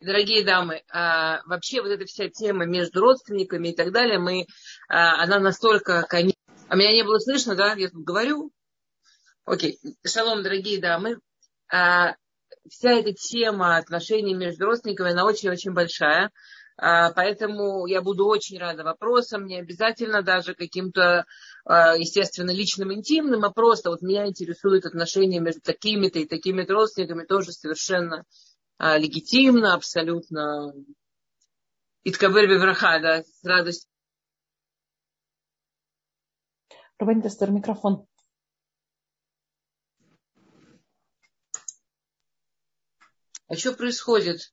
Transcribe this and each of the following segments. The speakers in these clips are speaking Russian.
Дорогие дамы, вообще вот эта вся тема между родственниками и так далее, она настолько... А меня не было слышно, да? Я тут говорю. Окей. Шалом, дорогие дамы. Вся эта тема отношений между родственниками, она очень-очень большая. Поэтому я буду очень рада вопросам, не обязательно даже каким-то, естественно, личным, интимным, а просто вот меня интересуют отношения между такими-то и такими-то родственниками, тоже совершенно легитимно, абсолютно. Иткабель бевраха, да, с радостью. Рубен Тестер, микрофон. А что происходит?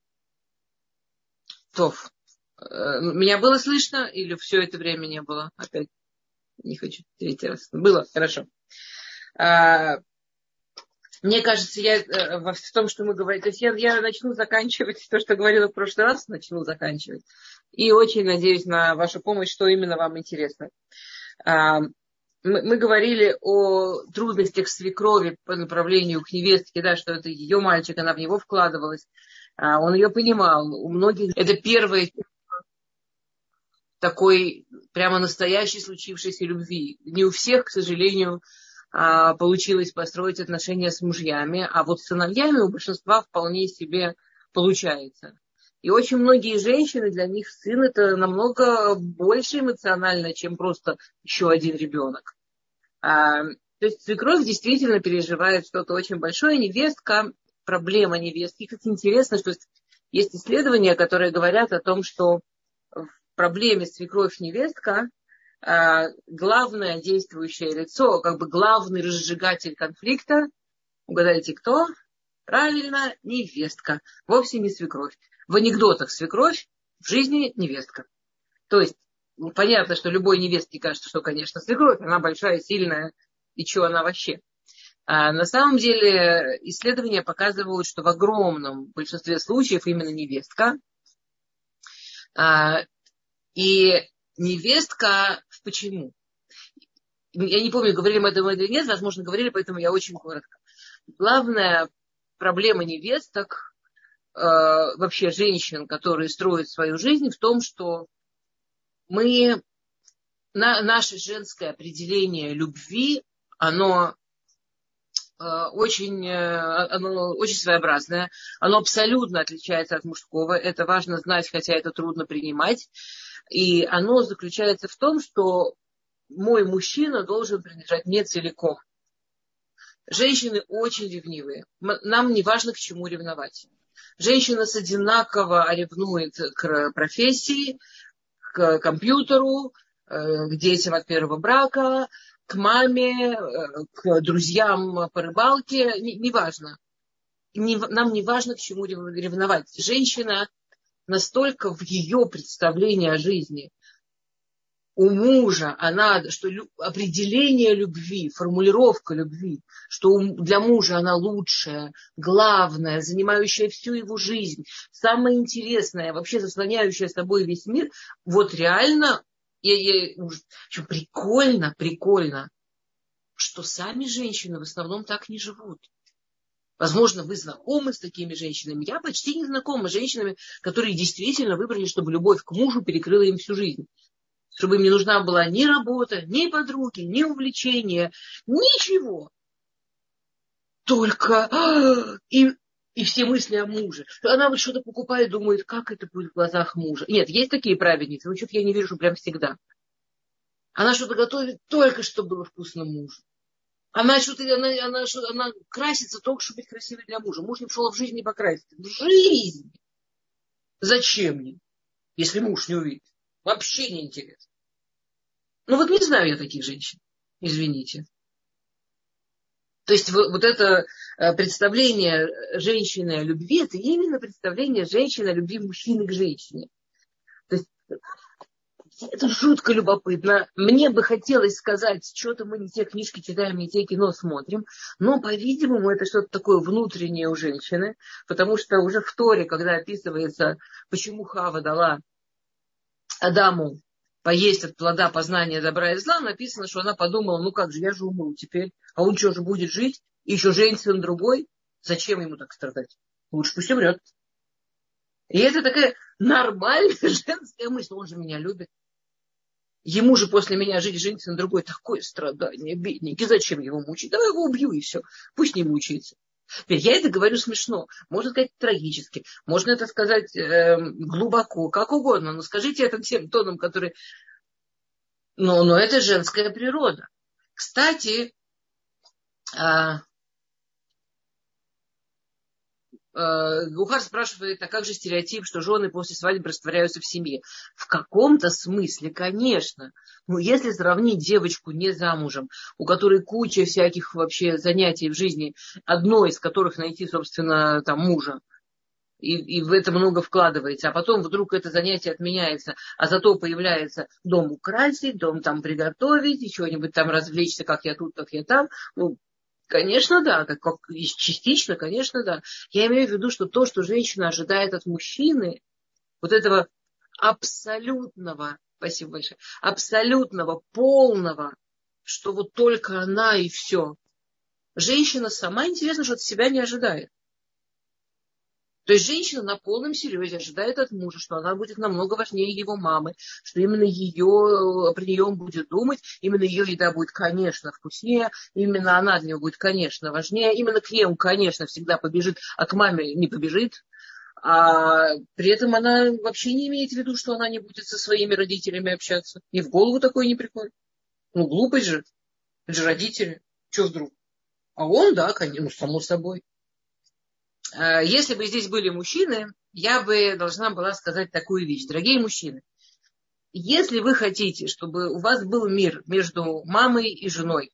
Тоф. Меня было слышно или все это время не было? Опять не хочу третий раз. Было? Хорошо. Мне кажется, в том, что мы говорим, то есть я начну заканчивать то, что говорила в прошлый раз, начну заканчивать. И очень надеюсь на вашу помощь, что именно вам интересно. Мы говорили о трудностях свекрови по направлению к невестке, да, что это ее мальчик, она в него вкладывалась. Он ее понимал. У многих это первый такой прямо настоящий случившейся любви. Не у всех, к сожалению, получилось построить отношения с мужьями, а вот с сыновьями у большинства вполне себе получается. И очень многие женщины, для них сын это намного больше эмоционально, чем просто еще один ребенок. То есть свекровь действительно переживает что-то очень большое. Невестка, проблема невестки. Кстати, интересно, что есть исследования, которые говорят о том, что в проблеме свекровь-невестка главное действующее лицо, как бы главный разжигатель конфликта, угадайте кто? Правильно, невестка. Вовсе не свекровь. В анекдотах свекровь, в жизни невестка. То есть, понятно, что любой невестке кажется, что, конечно, свекровь, она большая, сильная, и что она вообще. На самом деле, исследования показывают, что в огромном большинстве случаев именно невестка. И невестка почему? Я не помню, говорили мы об этом или нет, возможно, говорили, поэтому я очень коротко. Главная проблема невесток, вообще женщин, которые строят свою жизнь, в том, что наше женское определение любви, оно очень своеобразное. Оно абсолютно отличается от мужского. Это важно знать, хотя это трудно принимать. И оно заключается в том, что мой мужчина должен принадлежать мне целиком. Женщины очень ревнивые. Нам не важно, к чему ревновать. Женщина с одинаково ревнует к профессии, к компьютеру, к детям от первого брака, к маме, к друзьям по рыбалке. Неважно. Нам не важно, к чему ревновать. Женщина настолько в ее представлении о жизни у мужа, что определение любви, формулировка любви, что для мужа она лучшая, главная, занимающая всю его жизнь, самая интересная, вообще заслоняющая собой весь мир, вот реально, прикольно, что сами женщины в основном так не живут. Возможно, вы знакомы с такими женщинами. Я почти не знакома с женщинами, которые действительно выбрали, чтобы любовь к мужу перекрыла им всю жизнь. Чтобы им не нужна была ни работа, ни подруги, ни увлечения, ничего. Только и все мысли о муже. Она вот что-то покупает, думает, как это будет в глазах мужа. Нет, есть такие праведницы, но что-то я не вижу, что прям всегда. Она что-то готовит только, чтобы было вкусно мужу. Она красится только, чтобы быть красивой для мужа. Муж не пошел в жизнь не покраситься. В жизни. Зачем мне, если муж не увидит? Вообще не интересно. Ну вот не знаю я таких женщин. Извините. То есть вот это представление женщины о любви, это именно представление женщины о любви мужчины к женщине. То есть это жутко любопытно. Мне бы хотелось сказать, что-то мы не те книжки читаем, не те кино смотрим. Но, по-видимому, это что-то такое внутреннее у женщины. Потому что уже в Торе, когда описывается, почему Хава дала Адаму поесть от плода познания добра и зла, написано, что она подумала, ну как же, я же умру теперь. А он что же будет жить? И еще женится на другой? Зачем ему так страдать? Лучше пусть умрет. И это такая нормальная женская мысль. Он же меня любит. Ему же после меня жениться на другой. Такое страдание, бедненький. Зачем его мучить? Давай его убью и все. Пусть не мучается. Я это говорю смешно. Можно сказать трагически. Можно это сказать глубоко. Как угодно. Но скажите это тем тоном, который... Но это женская природа. Кстати, Гухар спрашивает, а как же стереотип, что жены после свадьбы растворяются в семье? В каком-то смысле, конечно. Но если сравнить девочку не замужем, у которой куча всяких вообще занятий в жизни, одно из которых найти, собственно, там, мужа, и в это много вкладывается, а потом вдруг это занятие отменяется, а зато появляется дом украсить, дом там приготовить, и чего-нибудь там развлечься, как я тут, как я там. Ну, конечно, да, частично, конечно, да. Я имею в виду, что то, что женщина ожидает от мужчины, вот этого абсолютного, спасибо большое, абсолютного, полного, что вот только она и все. Женщина сама, интересно, что от себя не ожидает. То есть женщина на полном серьезе ожидает от мужа, что она будет намного важнее его мамы, что именно при нее он будет думать, именно ее еда будет, конечно, вкуснее, именно она для него будет, конечно, важнее, именно к ней он, конечно, всегда побежит, а к маме не побежит. А при этом она вообще не имеет в виду, что она не будет со своими родителями общаться. И в голову такое не приходит. Ну, глупость же. Это же родители. Че вдруг? А он, да, конечно, ну, само собой. Если бы здесь были мужчины, я бы должна была сказать такую вещь. Дорогие мужчины, если вы хотите, чтобы у вас был мир между мамой и женой,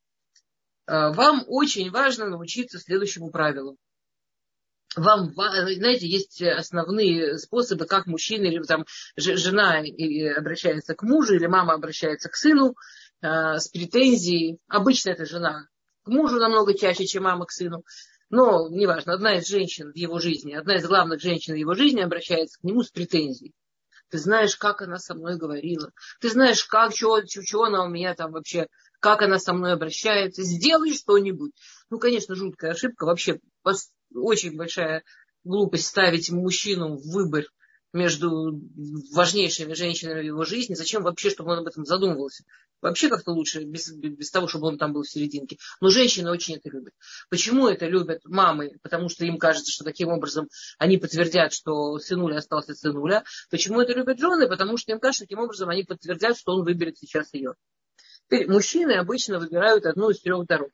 вам очень важно научиться следующему правилу. Вам, знаете, есть основные способы, как мужчина или там, жена обращается к мужу, или мама обращается к сыну с претензией. Обычно это жена к мужу намного чаще, чем мама к сыну. Но, неважно, одна из женщин в его жизни, одна из главных женщин в его жизни обращается к нему с претензией. Ты знаешь, как она со мной говорила. Ты знаешь, чего она у меня там вообще, как она со мной обращается. Сделай что-нибудь. Ну, конечно, жуткая ошибка. Вообще, очень большая глупость ставить мужчину в выбор между важнейшими женщинами в его жизни. Зачем вообще, чтобы он об этом задумывался? Вообще как-то лучше, без того, чтобы он там был в серединке. Но женщины очень это любят. Почему это любят мамы? Потому что им кажется, что таким образом они подтвердят, что сынуля остался сынуля. Почему это любят жены? Потому что им кажется, таким образом они подтвердят, что он выберет сейчас ее. Теперь мужчины обычно выбирают одну из трех дорог.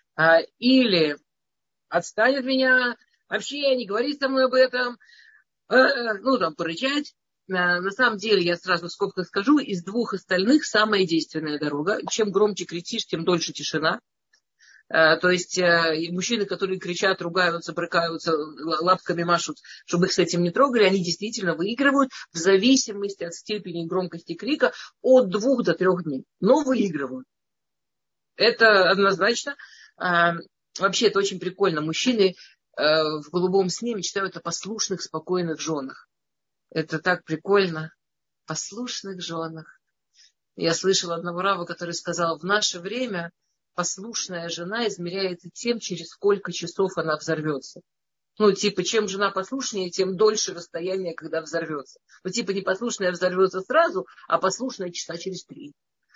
Или отстань от меня, вообще не говори со мной об этом, ну там порычать. На самом деле, я сразу в скобках скажу, из двух остальных самая действенная дорога. Чем громче кричишь, тем дольше тишина. То есть мужчины, которые кричат, ругаются, брыкаются, лапками машут, чтобы их с этим не трогали, они действительно выигрывают в зависимости от степени громкости крика от 2 до 3 дней. Но выигрывают. Это однозначно. Вообще, это очень прикольно. Мужчины в голубом сне мечтают о послушных, спокойных женах. Это так прикольно. Послушных женах. Я слышала одного рава, который сказал, в наше время послушная жена измеряется тем, через сколько часов она взорвется. Ну, типа, чем жена послушнее, тем дольше расстояние, когда взорвется. Ну, типа, непослушная взорвется сразу, а послушная часа через 3.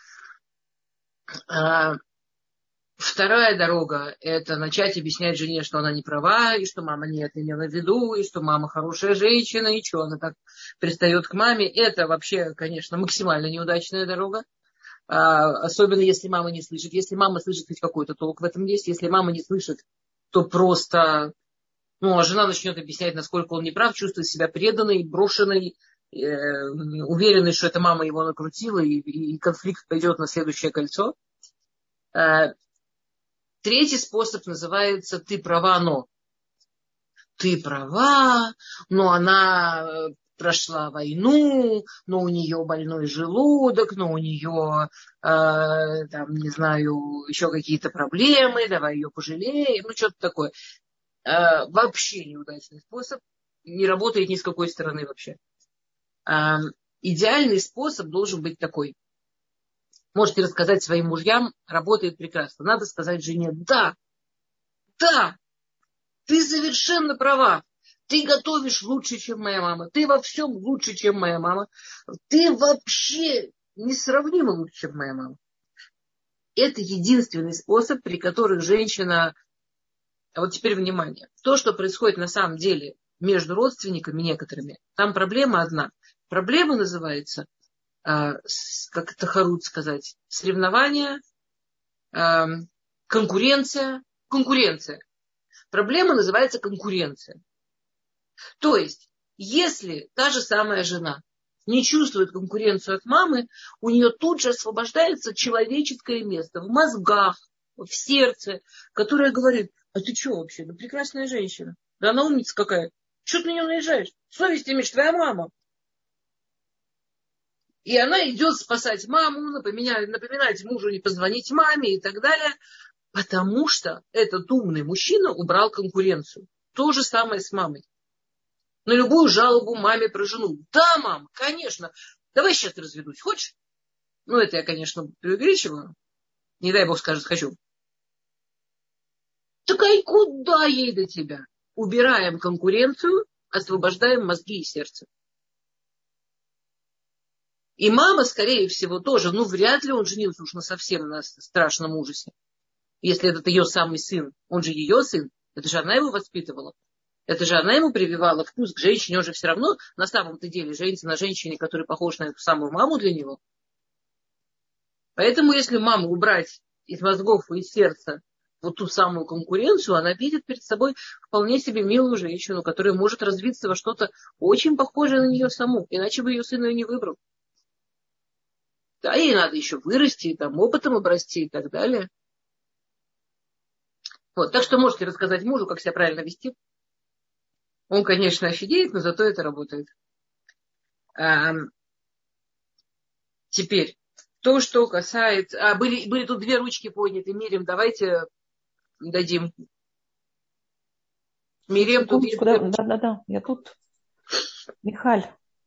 Вторая дорога – это начать объяснять жене, что она не права, и что мама не это имела в виду, и что мама хорошая женщина, и что она так пристает к маме. Это вообще, конечно, максимально неудачная дорога. Особенно если мама не слышит. Если мама слышит, хоть какой-то толк в этом есть. Если мама не слышит, то просто... Ну, а жена начнет объяснять, насколько он неправ, чувствует себя преданной, брошенной, уверенной, что эта мама его накрутила, и конфликт пойдет на следующее кольцо. Третий способ называется «ты права, но». Ты права, но она прошла войну, но у нее больной желудок, но у нее, там, не знаю, еще какие-то проблемы, давай ее пожалеем, ну, что-то такое. Вообще неудачный способ, не работает ни с какой стороны вообще. Идеальный способ должен быть такой. Можете рассказать своим мужьям, работает прекрасно. Надо сказать жене, да, ты совершенно права. Ты готовишь лучше, чем моя мама. Ты во всем лучше, чем моя мама. Ты вообще несравнимо лучше, чем моя мама. Это единственный способ, при котором женщина... А вот теперь внимание. То, что происходит на самом деле между родственниками некоторыми, там проблема одна. Проблема называется, как это Харут сказать, соревнование, конкуренция. Конкуренция. Проблема называется конкуренция. То есть, если та же самая жена не чувствует конкуренцию от мамы, у нее тут же освобождается человеческое место в мозгах, в сердце, которое говорит: а ты что вообще? Да прекрасная женщина. Да она умница какая. Чего ты на нее наезжаешь? Совесть имеешь, твоя мама. И она идет спасать маму, напоминать мужу не позвонить маме и так далее. Потому что этот умный мужчина убрал конкуренцию. То же самое с мамой. На любую жалобу маме про жену. Да, мам, конечно. Давай сейчас разведусь. Хочешь? Ну, это я, конечно, преувеличиваю. Не дай бог скажет, хочу. Так и куда ей до тебя? Убираем конкуренцию, освобождаем мозги и сердце. И мама, скорее всего, тоже, вряд ли он женился уж на совсем на страшном ужасе. Если этот ее самый сын, он же ее сын, это же она его воспитывала. Это же она ему прививала вкус к женщине. Он же все равно на самом-то деле женится на женщине, которая похожа на эту самую маму для него. Поэтому если маму убрать из мозгов и из сердца вот ту самую конкуренцию, она видит перед собой вполне себе милую женщину, которая может развиться во что-то очень похожее на нее саму. Иначе бы ее сын ее не выбрал. Да, ей надо еще вырасти, там, опытом обрасти и так далее. Вот, так что можете рассказать мужу, как себя правильно вести. Он, конечно, офигеет, но зато это работает. Теперь, то, что касается... были тут две ручки подняты. Мирим, давайте дадим. Мирим, тут есть... Да, я тут. Михаль.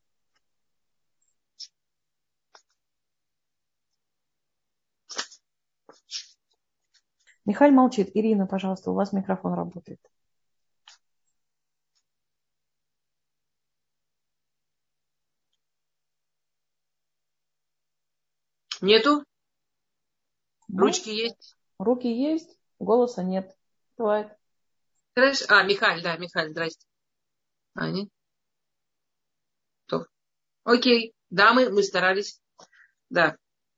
Михаль молчит. Ирина, пожалуйста, у вас микрофон работает. Нету? Ручки есть? Руки есть, голоса нет. Бывает. Михаль, здрасте. Нет? Окей. Да, мы старались. Да.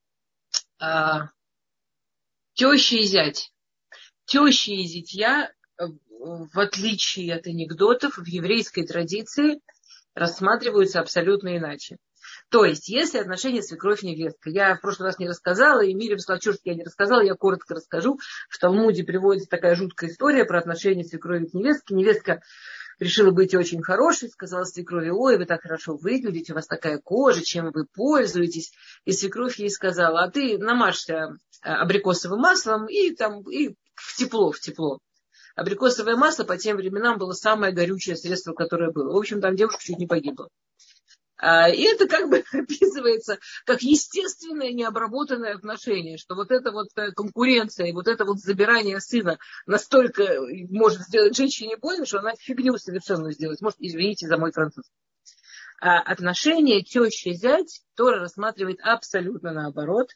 Теща и зять. Теща и зятья, в отличие от анекдотов, в еврейской традиции рассматриваются абсолютно иначе. То есть, если отношения свекровь-невестка, я в прошлый раз не рассказала, и Мирим Славчурский я не рассказала, я коротко расскажу. В Талмуде приводится такая жуткая история про отношения свекрови-невестки. Невестка решила быть очень хорошей, сказала свекрови: ой, вы так хорошо выглядите, у вас такая кожа, чем вы пользуетесь. И свекровь ей сказала: а ты намажься абрикосовым маслом и в тепло. Абрикосовое масло по тем временам было самое горючее средство, которое было. В общем, там девушка чуть не погибла. И это как бы описывается как естественное необработанное отношение, что вот эта вот конкуренция и вот это вот забирание сына настолько может сделать женщине больно, что она фигню совершенно сделает. Может, извините за мой французский. А отношения теща-зять Тора рассматривает абсолютно наоборот.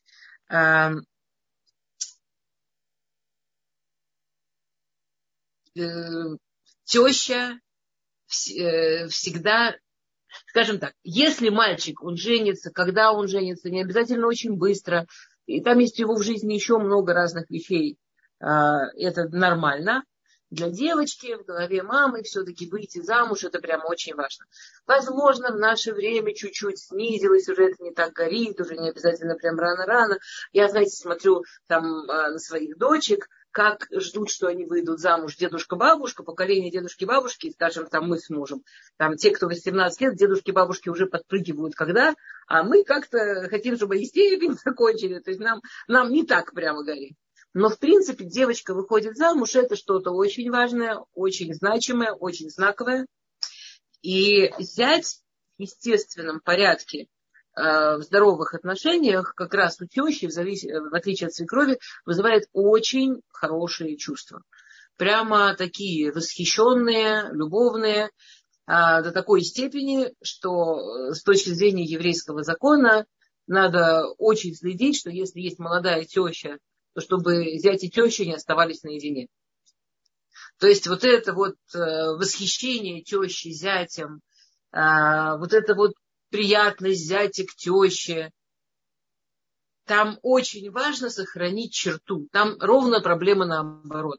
Теща всегда... Скажем так, если мальчик, он женится, когда он женится, не обязательно очень быстро, и там есть у него в жизни еще много разных вещей, это нормально. Для девочки в голове мамы все-таки выйти замуж, это прям очень важно. Возможно, в наше время чуть-чуть снизилось, уже это не так горит, уже не обязательно прям рано-рано. Я, знаете, смотрю там на своих дочек, как ждут, что они выйдут замуж дедушка-бабушка, поколение дедушки-бабушки, скажем, там мы с мужем. Там те, кто 18 лет, дедушки-бабушки уже подпрыгивают когда, а мы как-то хотим, чтобы истерики не закончили. То есть нам не так прямо горит. Но, в принципе, девочка выходит замуж, это что-то очень важное, очень значимое, очень знаковое. И зять в естественном порядке, в здоровых отношениях, как раз у тещи, в отличие от свекрови, вызывает очень хорошие чувства. прямо такие восхищенные, любовные, до такой степени, что с точки зрения еврейского закона надо очень следить, что если есть молодая теща, то чтобы зять и теща не оставались наедине. То есть вот это вот восхищение тещи зятем, вот это вот приятность зятя к теще, там очень важно сохранить черту. Там ровно проблема наоборот.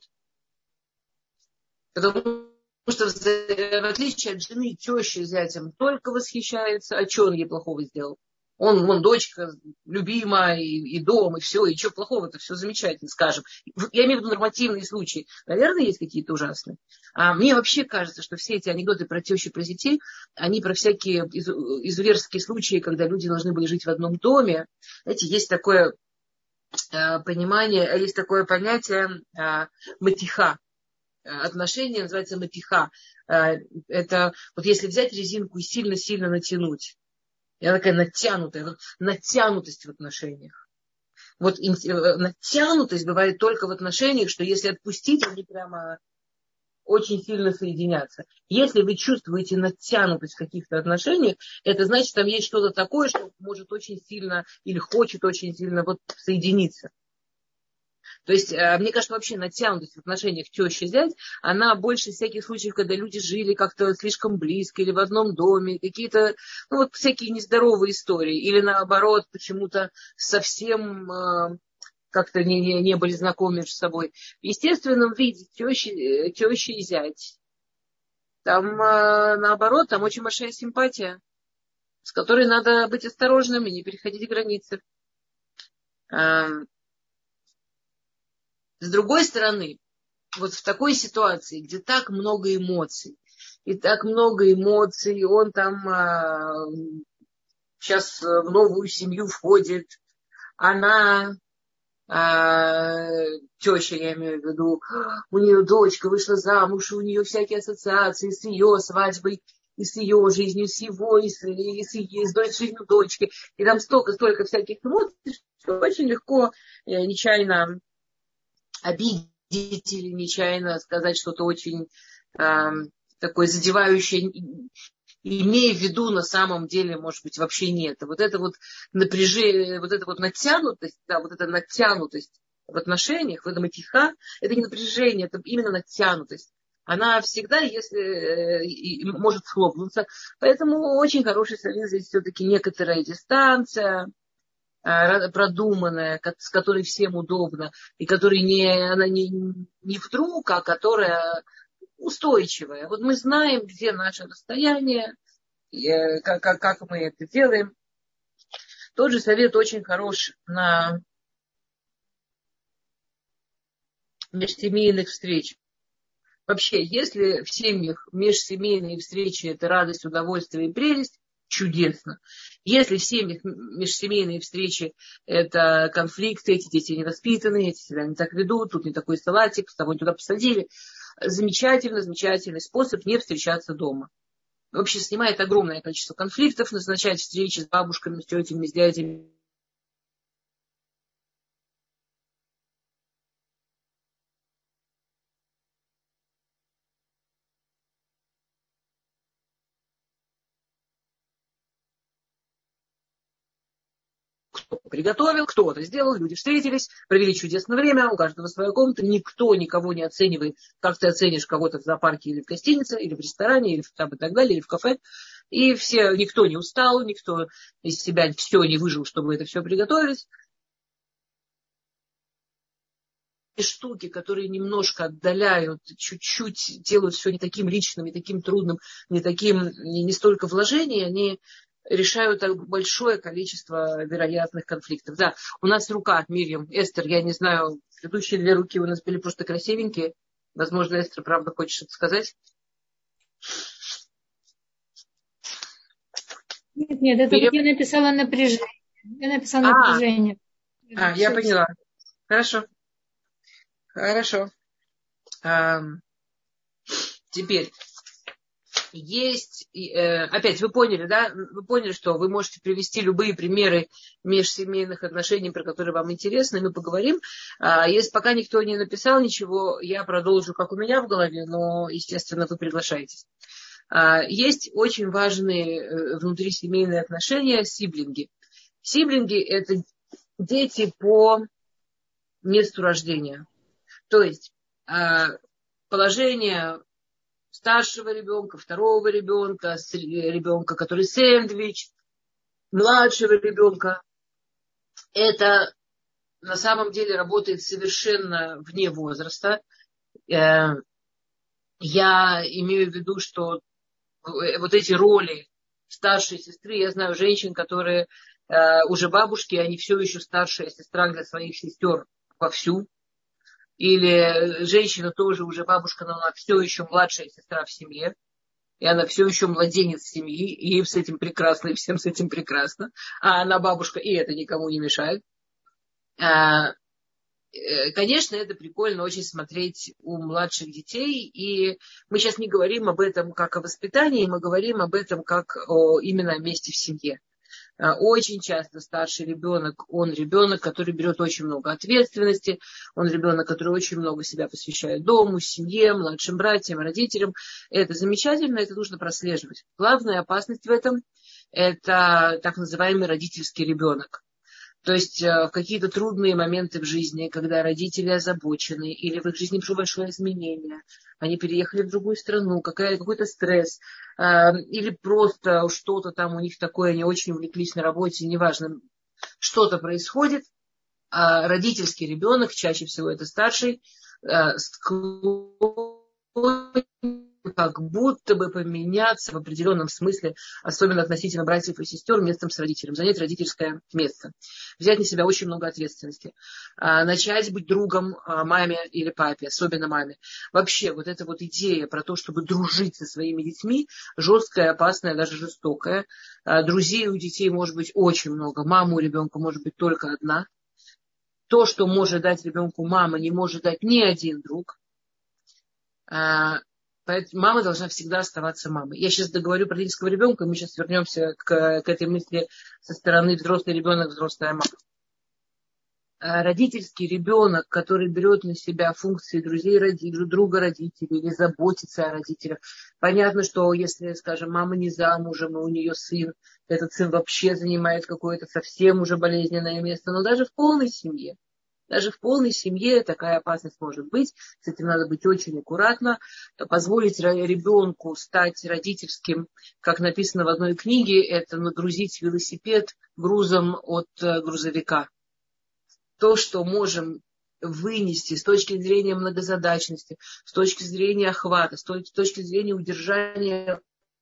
Потому что в отличие от жены, теща зятем только восхищается, а что он ей плохого сделал? Он дочка, любимая, и дом, и все, и что плохого-то, все замечательно, скажем. Я имею в виду нормативные случаи. Наверное, есть какие-то ужасные. А мне вообще кажется, что все эти анекдоты про тещу, про детей, они про всякие изуверские случаи, когда люди должны были жить в одном доме. Знаете, есть такое понимание, есть такое понятие матиха. Отношения называется матиха. Это вот если взять резинку и сильно-сильно натянуть, и она такая натянутая, натянутость в отношениях. Вот натянутость бывает только в отношениях, что если отпустить, они прямо очень сильно соединятся. Если вы чувствуете натянутость в каких-то отношениях, это значит, там есть что-то такое, что может очень сильно или хочет очень сильно вот соединиться. То есть, мне кажется, вообще натянутость в отношениях теща-зять, она больше всяких случаев, когда люди жили как-то слишком близко или в одном доме, какие-то, ну вот всякие нездоровые истории. Или наоборот, почему-то совсем как-то не были знакомы между собой. В естественном виде теща и зять. Там наоборот, там очень большая симпатия, с которой надо быть осторожным и не переходить границы. С другой стороны, вот в такой ситуации, где так много эмоций, он там сейчас в новую семью входит, она, теща, я имею в виду, у нее дочка вышла замуж, у нее всякие ассоциации с ее свадьбой, и с ее жизнью, с его, и с жизнью дочки, и там столько всяких эмоций, что очень легко нечаянно обидеть или нечаянно сказать что-то очень такое задевающее, имея в виду на самом деле, может быть, вообще нет. Вот это вот напряжение, вот эта вот натянутость, да, вот эта натянутость в отношениях, в этом тиха, это не напряжение, это именно натянутость. Она всегда, если может схлопнуться. Поэтому очень хороший совет здесь все-таки некоторая дистанция, продуманная, с которой всем удобно, и которая она не вдруг, а которая устойчивая. Вот мы знаем, где наше расстояние, как мы это делаем. Тот же совет очень хорош на межсемейных встречах. Вообще, если в семьях межсемейные встречи – это радость, удовольствие и прелесть, чудесно. Если в семьях межсемейные встречи – это конфликты, эти дети невоспитанные, эти себя не так ведут, тут не такой салатик, с тобой туда посадили, замечательный способ не встречаться дома. Вообще снимает огромное количество конфликтов, назначать встречи с бабушками, с тетями, с дядями. Кто приготовил, кто-то сделал, люди встретились, провели чудесное время, у каждого своя комната, никто никого не оценивает, как ты оценишь кого-то в зоопарке или в гостинице, или в ресторане, или там и так далее, или в кафе. И никто не устал, никто из себя все не выжил, чтобы это все приготовить. И штуки, которые немножко отдаляют, чуть-чуть делают все не таким личным, не таким трудным, не столько вложений, они решают большое количество вероятных конфликтов. Да, у нас рука, Мирьям, Эстер, я не знаю, предыдущие 2 руки у нас были просто красивенькие. Возможно, Эстер, правда, хочет что-то сказать? Нет, это вот я написала напряжение. Я поняла. Хорошо. Теперь, есть, опять вы поняли, да, вы поняли, что вы можете привести любые примеры межсемейных отношений, про которые вам интересно, и мы поговорим. Если пока никто не написал ничего, я продолжу, как у меня в голове, но, естественно, вы приглашаетесь. Есть очень важные внутрисемейные отношения, сиблинги. Сиблинги – это дети по месту рождения. То есть положение старшего ребенка, второго ребенка, ребенка, который сэндвич, младшего ребенка. Это на самом деле работает совершенно вне возраста. Я имею в виду, что вот эти роли старшей сестры, я знаю женщин, которые уже бабушки, они все еще старшая сестра для своих сестер вовсю. Или женщина тоже уже бабушка, но она все еще младшая сестра в семье. И она все еще младенец семьи, и с этим прекрасно, и всем с этим прекрасно. А она бабушка, и это никому не мешает. Конечно, это прикольно очень смотреть у младших детей, и мы сейчас не говорим об этом как о воспитании, мы говорим об этом как о именно месте в семье. Очень часто старший ребенок, он ребенок, который берет очень много ответственности, он ребенок, который очень много себя посвящает дому, семье, младшим братьям, родителям. Это замечательно, это нужно прослеживать. Главная опасность в этом – это так называемый родительский ребенок. То есть в какие-то трудные моменты в жизни, когда родители озабочены, или в их жизни пришло большое изменение, они переехали в другую страну, какой-то стресс, или просто что-то там у них такое, они очень увлеклись на работе, неважно, что-то происходит, а родительский ребенок, чаще всего это старший, склонен как будто бы поменяться в определенном смысле, особенно относительно братьев и сестер, местом с родителем, занять родительское место, взять на себя очень много ответственности, начать быть другом маме или папе, особенно маме. Вообще, вот эта вот идея про то, чтобы дружить со своими детьми, жесткая, опасная, даже жестокая. Друзей у детей может быть очень много, мама у ребенка может быть только одна. То, что может дать ребенку мама, не может дать ни один друг. Поэтому мама должна всегда оставаться мамой. Я сейчас договорю про родительского ребенка, и мы сейчас вернемся к этой мысли со стороны взрослый ребенок, взрослая мама. Родительский ребенок, который берет на себя функции друга родителей или заботится о родителях. Понятно, что если, скажем, мама не замужем, и у нее сын, этот сын вообще занимает какое-то совсем уже болезненное место, но даже в полной семье. Даже в полной семье такая опасность может быть. С этим надо быть очень аккуратно. Позволить ребенку стать родительским, как написано в одной книге, это нагрузить велосипед грузом от грузовика. То, что можем вынести с точки зрения многозадачности, с точки зрения охвата, с точки зрения удержания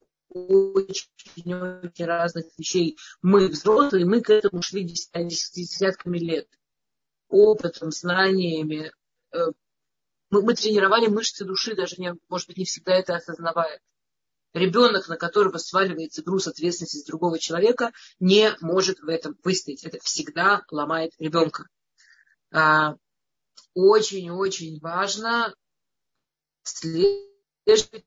очень разных вещей. Мы взрослые, мы к этому шли десятками лет. Опытом, знаниями. Мы тренировали мышцы души, даже, может быть, не всегда это осознавая. Ребенок, на которого сваливается груз ответственности с другого человека, не может в этом выстоять. Это всегда ломает ребенка. Очень-очень важно отслеживать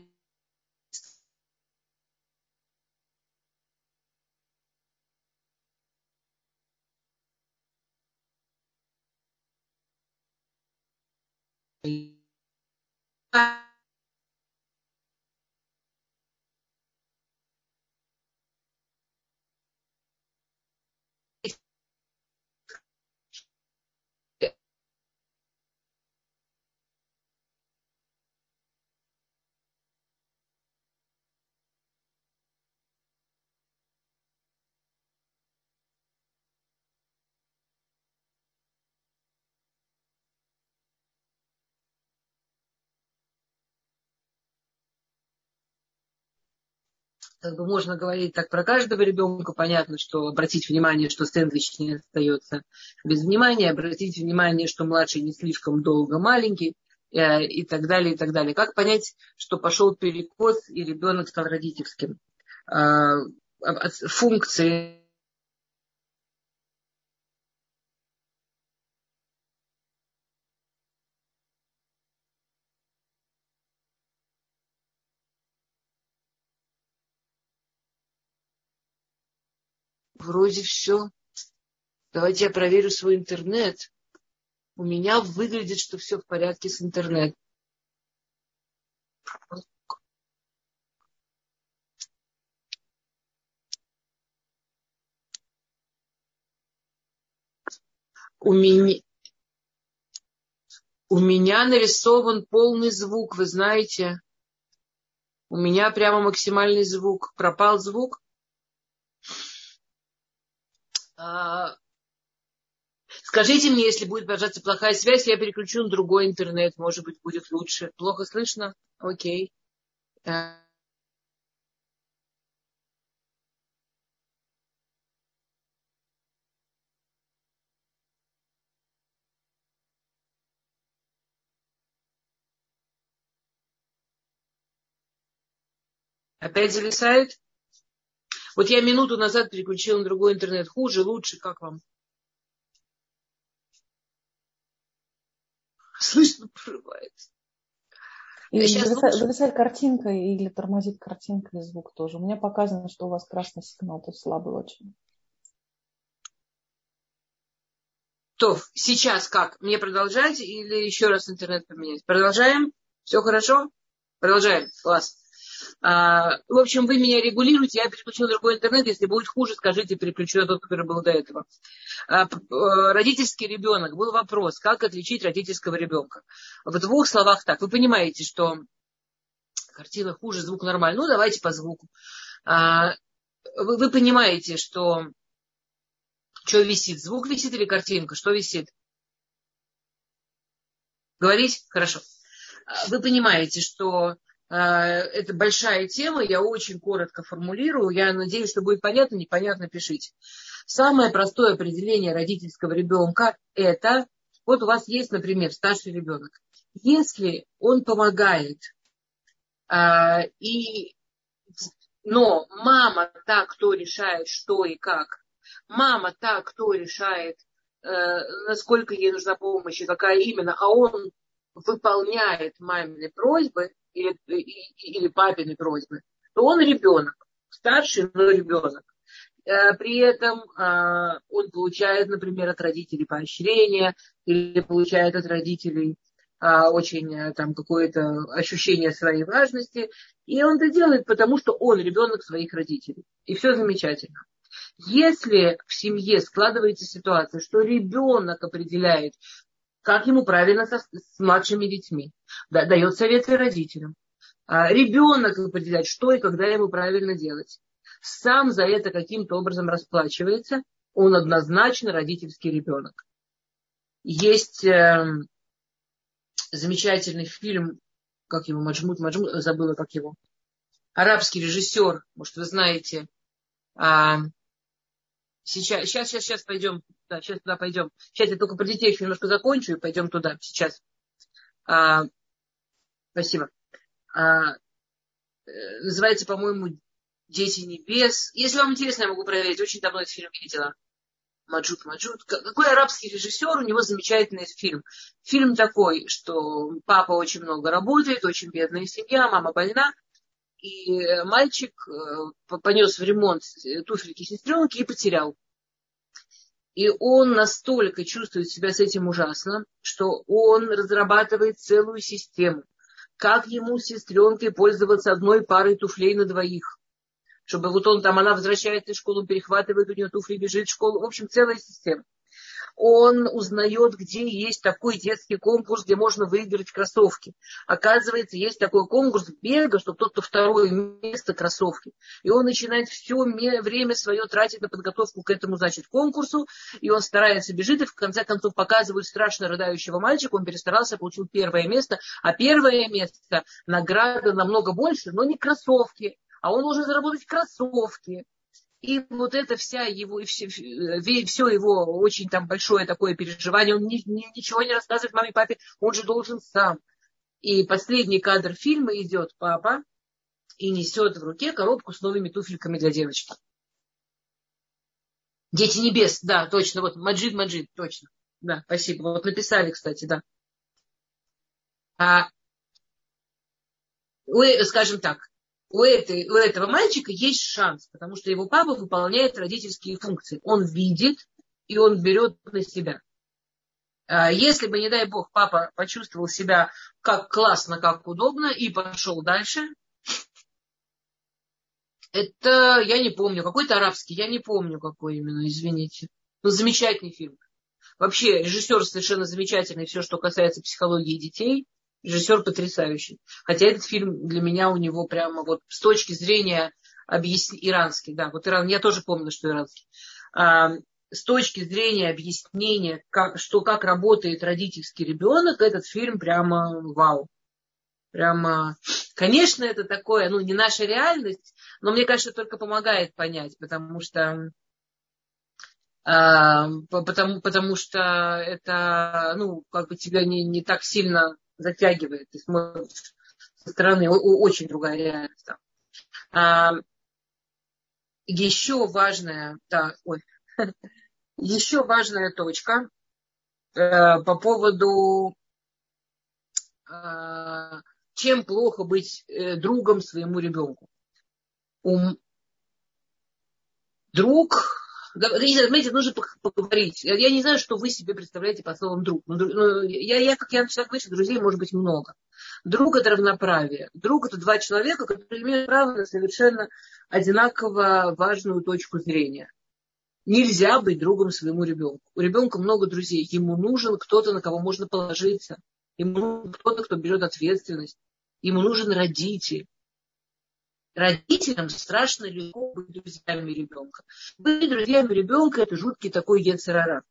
как бы можно говорить так про каждого ребенка. Понятно, что обратить внимание, что сэндвич не остается без внимания, обратить внимание, что младший не слишком долго маленький и так далее, и так далее. Как понять, что пошел перекос и ребенок стал родительским? Функции Вроде все. Давайте я проверю свой интернет. У меня выглядит, что все в порядке с интернетом. У меня нарисован полный звук, вы знаете. У меня прямо максимальный звук. Пропал звук. Скажите мне, если будет продолжаться плохая связь, я переключу на другой интернет. Может быть, будет лучше. Плохо слышно? Окей. Опять зависает? Вот я минуту назад переключила на другой интернет. Хуже, лучше, как вам? Слышно, прорывается. И зависает картинка или тормозит картинка и звук тоже. У меня показано, что у вас красный сигнал, то есть слабый очень. То, сейчас как? Мне продолжать или еще раз интернет поменять? Продолжаем? Все хорошо? Продолжаем. Класс. В общем, вы меня регулируете, я переключу на другой интернет. Если будет хуже, скажите, переключу на тот, который был до этого. Родительский ребенок. Был вопрос, как отличить родительского ребенка. В двух словах так. Вы понимаете, что картина хуже, звук нормальный. Ну, давайте по звуку. Вы понимаете, что висит? Звук висит или картинка? Что висит? Говорить? Хорошо. Вы понимаете, что это большая тема, я очень коротко формулирую. Я надеюсь, что будет понятно, непонятно, пишите. Самое простое определение родительского ребенка – это, вот у вас есть, например, старший ребенок. Если он помогает, но мама та, кто решает, что и как, мама та, кто решает, насколько ей нужна помощь и какая именно, а он выполняет мамины просьбы или папины просьбы, то он ребенок, старший, но ребенок. При этом он получает, например, от родителей поощрение или получает от родителей очень там какое-то ощущение своей важности. И он это делает, потому что он ребенок своих родителей. И все замечательно. Если в семье складывается ситуация, что ребенок определяет, как ему правильно с младшими детьми, дает советы родителям, ребенок определяет, что и когда ему правильно делать, сам за это каким-то образом расплачивается, он однозначно родительский ребенок. Есть замечательный фильм, как его, Маджмут, забыла, как его, арабский режиссер, может, вы знаете. Сейчас пойдем, да, сейчас туда пойдем. Сейчас я только про детей еще немножко закончу и пойдем туда, сейчас. Спасибо. Называется, по-моему, «Дети небес». Если вам интересно, я могу проверить. Очень давно этот фильм видела. Маджуд. Какой арабский режиссер, у него замечательный фильм. Фильм такой, что папа очень много работает, очень бедная семья, мама больна. И мальчик понес в ремонт туфельки сестренки и потерял. И он настолько чувствует себя с этим ужасно, что он разрабатывает целую систему, как ему с сестренкой пользоваться одной парой туфлей на двоих. Чтобы вот она возвращается из школы, он перехватывает у нее туфли, бежит в школу. В общем, целая система. Он узнает, где есть такой детский конкурс, где можно выиграть кроссовки. Оказывается, есть такой конкурс бега, что тот, кто второе место, кроссовки. И он начинает все время свое тратить на подготовку к этому, конкурсу. И он старается, бежит, и в конце концов показывают страшно рыдающего мальчика. Он перестарался, получил первое место. А первое место, награда намного больше, но не кроссовки. А он должен заработать кроссовки. И вот это все его очень там большое такое переживание, он ничего не рассказывает маме и папе, он же должен сам. И последний кадр фильма идет папа и несет в руке коробку с новыми туфельками для девочки. «Дети небес», да, точно, вот Маджид, точно. Да, спасибо. Вот написали, кстати, да. Вы, скажем так, у этого мальчика есть шанс, потому что его папа выполняет родительские функции. Он видит, и он берет на себя. Если бы, не дай бог, папа почувствовал себя как классно, как удобно, и пошел дальше, это, я не помню, какой-то арабский, я не помню, какой именно, извините. Но замечательный фильм. Вообще, режиссер совершенно замечательный, все, что касается психологии детей. Режиссер потрясающий. Хотя этот фильм для меня у него прямо вот с точки зрения иранский, да, вот Иран, я тоже помню, что иранский. С точки зрения объяснения, как работает родительский ребенок, этот фильм прямо вау. Прямо, конечно, это такое, не наша реальность, но мне кажется, только помогает понять, потому что это, тебя не так сильно затягивает. Ты смотришь со стороны, очень другая реальность. Еще важная точка по поводу чем плохо быть другом своему ребенку. Друг, знаете, нужно поговорить. Я не знаю, что вы себе представляете под словом друг. Как я начала говорить, друзей может быть много. Друг – это равноправие. Друг – это два человека, которые имеют право на совершенно одинаково важную точку зрения. Нельзя быть другом своему ребенку. У ребенка много друзей. Ему нужен кто-то, на кого можно положиться. Ему нужен кто-то, кто берет ответственность. Ему нужен родитель. Родителям страшно легко быть друзьями ребенка. Быть друзьями ребенка – это жуткий такой йецер ара.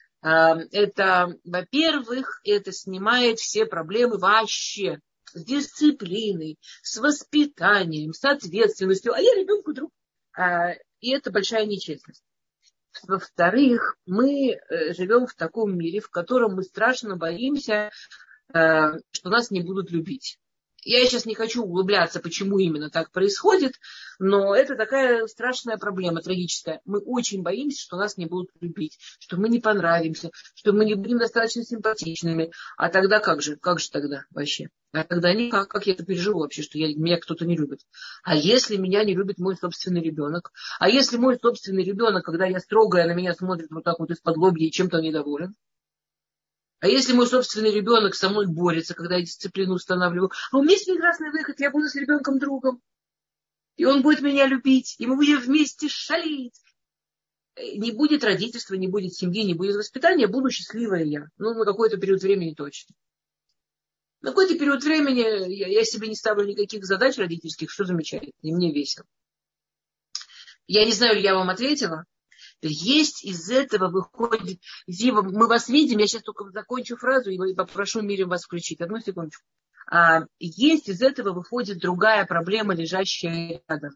Это, во-первых, это снимает все проблемы вообще с дисциплиной, с воспитанием, с ответственностью. А я ребенку друг. И это большая нечестность. Во-вторых, мы живем в таком мире, в котором мы страшно боимся, что нас не будут любить. Я сейчас не хочу углубляться, почему именно так происходит, но это такая страшная проблема, трагическая. Мы очень боимся, что нас не будут любить, что мы не понравимся, что мы не будем достаточно симпатичными. А тогда как же? Как же тогда вообще? А тогда никак. Как я это переживу вообще, что меня кто-то не любит? А если меня не любит мой собственный ребенок? А если мой собственный ребенок, когда я строгая, на меня смотрит вот так вот из-под лобья и чем-то недоволен? А если мой собственный ребенок со мной борется, когда я дисциплину устанавливаю, а у меня есть прекрасный выход, я буду с ребенком другом, и он будет меня любить, и мы будем вместе шалить. Не будет родительства, не будет семьи, не будет воспитания, буду счастливая я. На какой-то период времени точно. На какой-то период времени я себе не ставлю никаких задач родительских, все замечательно, и мне весело. Я не знаю, я вам ответила. Есть из этого выходит... Зива, мы вас видим, я сейчас только закончу фразу и попрошу Мирим вас включить. Одну секундочку. Есть из этого выходит другая проблема, лежащая рядом.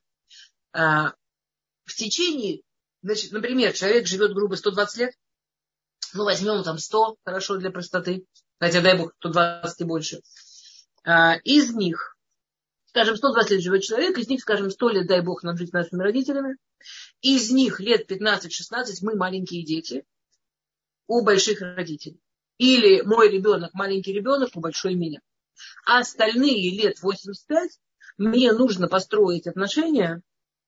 В течение... Значит, например, человек живет, грубо, 120 лет. Возьмем там 100, хорошо для простоты. Хотя, дай бог, 120 и больше. Из них, скажем, 120 лет живет человек, из них, скажем, 100 лет, дай бог, нам жить с нашими родителями. Из них лет 15-16 мы маленькие дети у больших родителей. Или мой ребенок, маленький ребенок у большой меня. А остальные лет 85 мне нужно построить отношения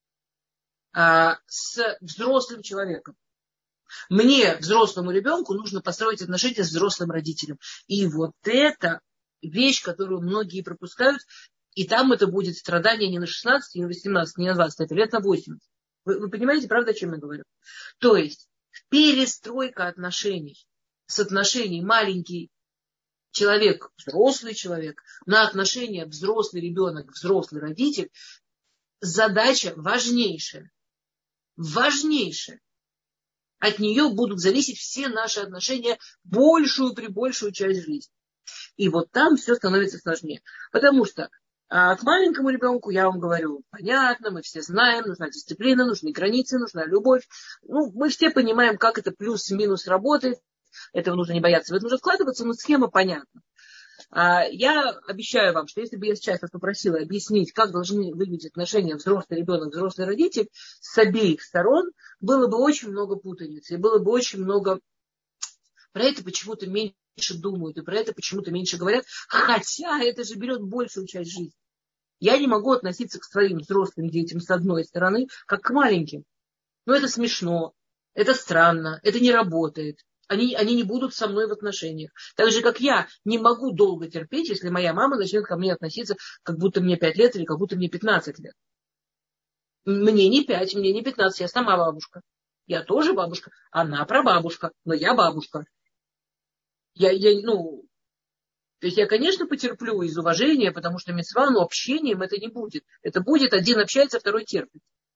с взрослым человеком. Мне, взрослому ребенку, нужно построить отношения с взрослым родителем. И вот это вещь, которую многие пропускают. И там это будет страдание не на 16, не на 18, не на 20, это лет на 80. Вы понимаете, правда, о чем я говорю? То есть перестройка отношений с отношений маленький человек, взрослый человек, на отношения взрослый ребенок, взрослый родитель, задача важнейшая. Важнейшая. От нее будут зависеть все наши отношения большую часть жизни. И вот там все становится сложнее. Потому что к маленькому ребенку, я вам говорю, понятно, мы все знаем, нужна дисциплина, нужны границы, нужна любовь. Мы все понимаем, как это плюс-минус работает. Этого нужно не бояться, в это нужно вкладываться, но схема понятна. Я обещаю вам, что если бы я сейчас вас попросила объяснить, как должны выглядеть отношения взрослый ребенок, взрослый родитель с обеих сторон, было бы очень много путаницы, и было бы очень много... Про это почему-то меньше думают, и про это почему-то меньше говорят, хотя это же берет большую часть жизни. Я не могу относиться к своим взрослым детям с одной стороны, как к маленьким. Но это смешно, это странно, это не работает. Они не будут со мной в отношениях. Так же, как я не могу долго терпеть, если моя мама начнет ко мне относиться, как будто мне 5 лет или как будто мне 15 лет. Мне не 5, мне не 15, я сама бабушка. Я тоже бабушка, она прабабушка, но я бабушка. То есть я, конечно, потерплю из уважения, потому что мицва, но общением это не будет. Это будет один общается, второй терпит.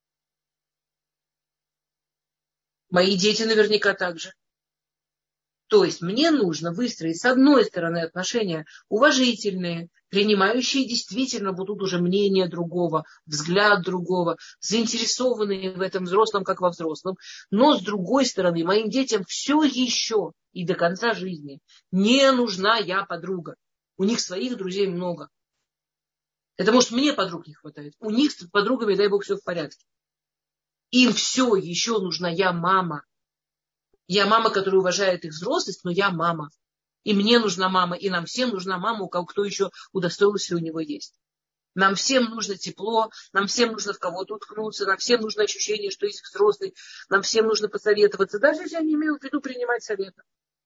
Мои дети наверняка так же. То есть мне нужно выстроить с одной стороны отношения уважительные, принимающие действительно будут уже мнение другого, взгляд другого, заинтересованные в этом взрослом, как во взрослом. Но с другой стороны, моим детям все еще и до конца жизни не нужна я подруга. У них своих друзей много. Это может мне подруг не хватает. У них с подругами, дай бог, все в порядке. Им все еще нужна я мама. Я мама, которая уважает их взрослость, но я мама. И мне нужна мама, и нам всем нужна мама, у кого кто еще удостоился, у него есть. Нам всем нужно тепло, нам всем нужно в кого-то уткнуться, нам всем нужно ощущение, что есть взрослый, нам всем нужно посоветоваться, даже если я не имею в виду принимать советы.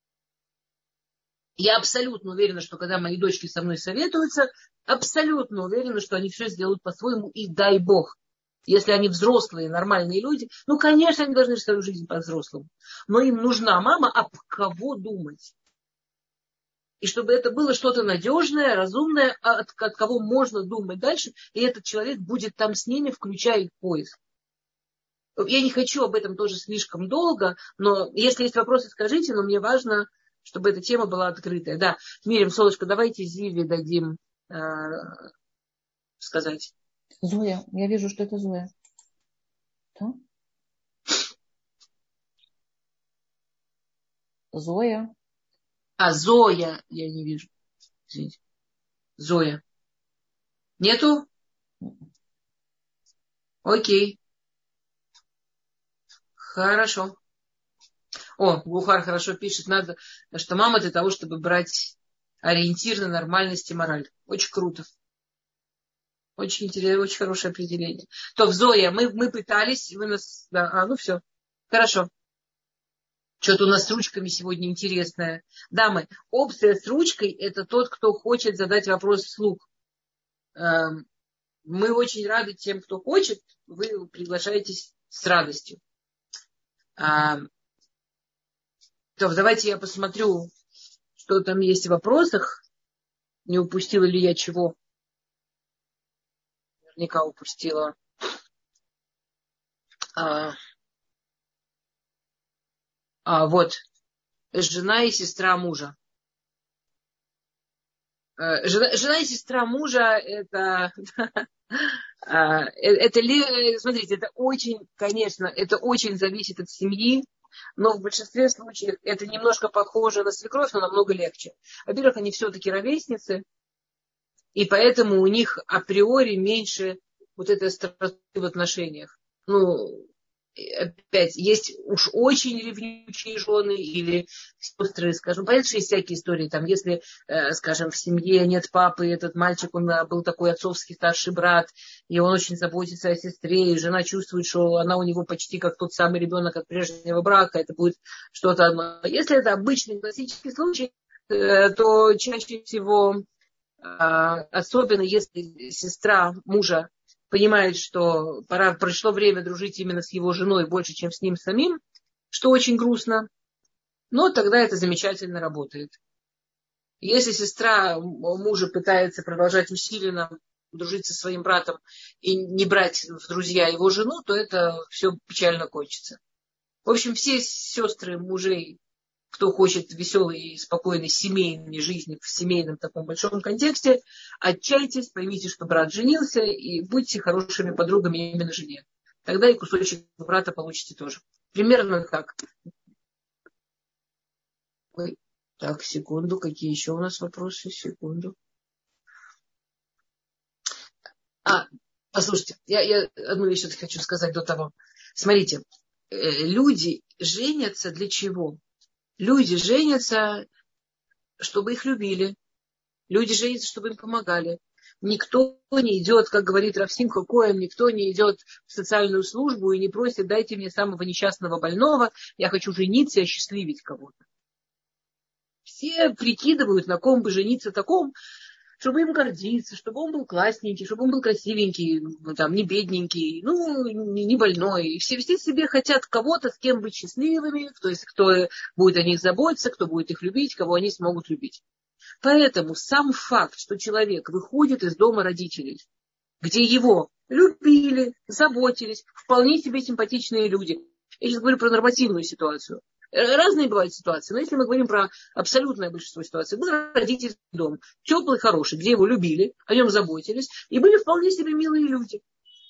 Я абсолютно уверена, что когда мои дочки со мной советуются, абсолютно уверена, что они все сделают по-своему, и дай бог. Если они взрослые, нормальные люди, конечно, они должны жить свою жизнь по-взрослому. Но им нужна мама, об кого думать. И чтобы это было что-то надежное, разумное, от кого можно думать дальше, и этот человек будет там с ними, включая их поиск. Я не хочу об этом тоже слишком долго, но если есть вопросы, скажите, но мне важно, чтобы эта тема была открытая. Да, Мирим, солнышко, давайте Зиве дадим сказать. Зоя, я вижу, что это Зоя. Да? Зоя. Зоя я не вижу. Извините. Зоя. Нету? Окей. Хорошо. Гухар хорошо пишет, надо, что мама для того, чтобы брать ориентир на нормальность и мораль. Очень круто. Очень интересно, очень хорошее определение. То, Зоя, мы пытались, вы нас... Да, все. Хорошо. Что-то у нас с ручками сегодня интересное. Дамы, опция с ручкой – это тот, кто хочет задать вопрос вслух. Мы очень рады тем, кто хочет. Вы приглашаетесь с радостью. Давайте я посмотрю, что там есть в вопросах. Не упустила ли я чего? Наверняка упустила. Вот. Жена и сестра мужа. Жена и сестра мужа это смотрите, это очень, конечно, это очень зависит от семьи, но в большинстве случаев это немножко похоже на свекровь, но намного легче. Во-первых, они все-таки ровесницы, и поэтому у них априори меньше вот этой остроты в отношениях. Опять, есть уж очень ревнивые жены или сестры, скажем, понятно, что есть всякие истории, там, если, скажем, в семье нет папы, этот мальчик, он был такой отцовский старший брат, и он очень заботится о сестре, и жена чувствует, что она у него почти как тот самый ребенок от прежнего брака, это будет что-то одно. Если это обычный классический случай, то чаще всего, особенно если сестра мужа понимает, что пришло время дружить именно с его женой больше, чем с ним самим, что очень грустно, но тогда это замечательно работает. Если сестра мужа пытается продолжать усиленно дружить со своим братом и не брать в друзья его жену, то это все печально кончится. В общем, все сестры мужей, кто хочет веселой и спокойной семейной жизни в семейном таком большом контексте, отчайтесь, поймите, что брат женился, и будьте хорошими подругами именно жене. Тогда и кусочек брата получите тоже. Примерно так. Так, секунду, какие еще у нас вопросы? Секунду. Послушайте, я одну вещь хочу сказать до того. Смотрите, люди женятся для чего? Люди женятся, чтобы их любили. Люди женятся, чтобы им помогали. Никто не идет, как говорит Рав Симха Коэн, никто не идет в социальную службу и не просит: дайте мне самого несчастного больного, я хочу жениться и осчастливить кого-то. Все прикидывают, на ком бы жениться таком, чтобы им гордиться, чтобы он был классненький, чтобы он был красивенький, там, не бедненький, не больной. И все себе хотят кого-то, с кем быть счастливыми, то есть кто будет о них заботиться, кто будет их любить, кого они смогут любить. Поэтому сам факт, что человек выходит из дома родителей, где его любили, заботились, вполне себе симпатичные люди. Я сейчас говорю про нормативную ситуацию. Разные бывают ситуации, но если мы говорим про абсолютное большинство ситуаций, был родительский дом, теплый, хороший, где его любили, о нем заботились, и были вполне себе милые люди.